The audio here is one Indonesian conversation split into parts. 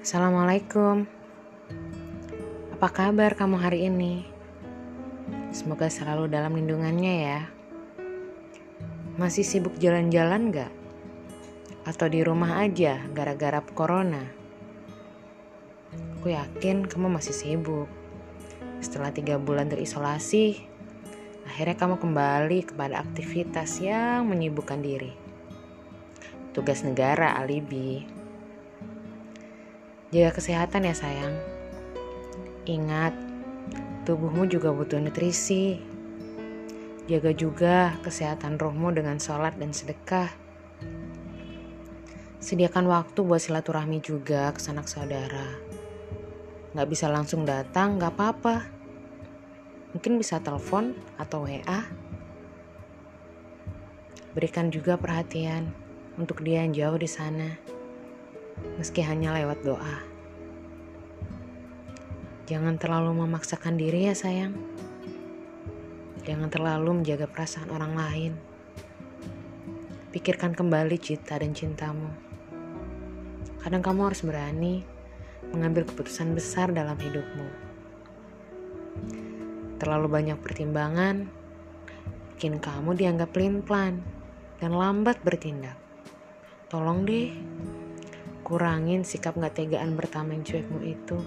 Assalamualaikum. Apa kabar kamu hari ini? Semoga selalu dalam lindungannya ya. Masih sibuk jalan-jalan gak? Atau di rumah aja gara-gara corona? Aku yakin kamu masih sibuk. Setelah 3 bulan terisolasi, akhirnya kamu kembali kepada aktivitas yang menyibukkan diri. Tugas negara alibi. Jaga kesehatan ya sayang. Ingat, tubuhmu juga butuh nutrisi. Jaga juga kesehatan rohmu dengan sholat dan sedekah. Sediakan waktu buat silaturahmi juga ke sanak saudara. Gak bisa langsung datang, gak apa-apa. Mungkin bisa telepon atau WA. Berikan juga perhatian untuk dia yang jauh di sana, meski hanya lewat doa. Jangan terlalu memaksakan diri ya sayang. Jangan terlalu menjaga perasaan orang lain. Pikirkan kembali cita dan cintamu. Kadang kamu harus berani mengambil keputusan besar dalam hidupmu. Terlalu banyak pertimbangan bikin kamu dianggap pelin-pelan dan lambat bertindak. Tolong deh, kurangin sikap gak tegaan bertameng cuekmu itu.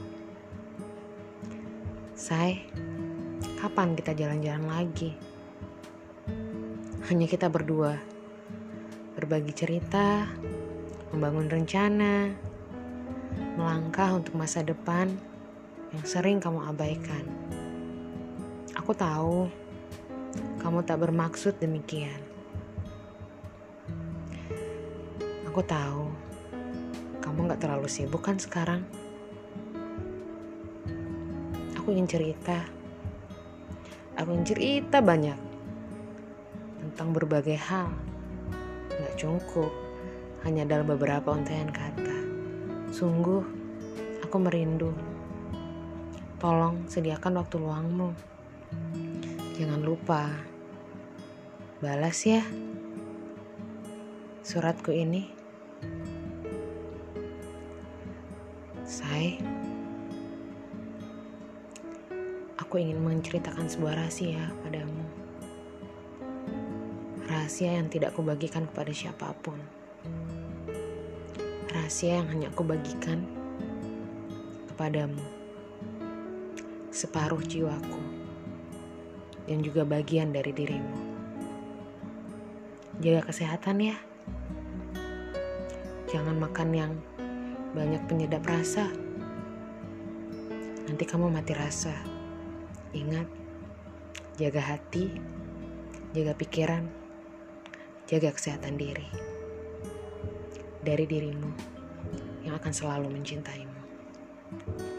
Say, kapan kita jalan-jalan lagi? Hanya kita berdua, berbagi cerita, membangun rencana, melangkah untuk masa depan yang sering kamu abaikan. Aku tahu, kamu tak bermaksud demikian. Aku tahu, kamu gak terlalu sibuk kan sekarang? Aku ingin cerita banyak tentang berbagai hal. Gak cukup hanya dalam beberapa untaian kata. Sungguh, aku merindu. Tolong sediakan waktu luangmu. Jangan lupa balas ya suratku ini. Say, aku ingin menceritakan sebuah rahasia padamu. Rahasia yang tidak aku bagikan kepada siapapun. Rahasia yang hanya aku bagikan kepadamu. Separuh jiwaku dan juga bagian dari dirimu. Jaga kesehatan ya. Jangan makan yang banyak penyedap rasa. Nanti kamu mati rasa. Ingat, jaga hati, jaga pikiran, jaga kesehatan diri. Dari dirimu yang akan selalu mencintaimu.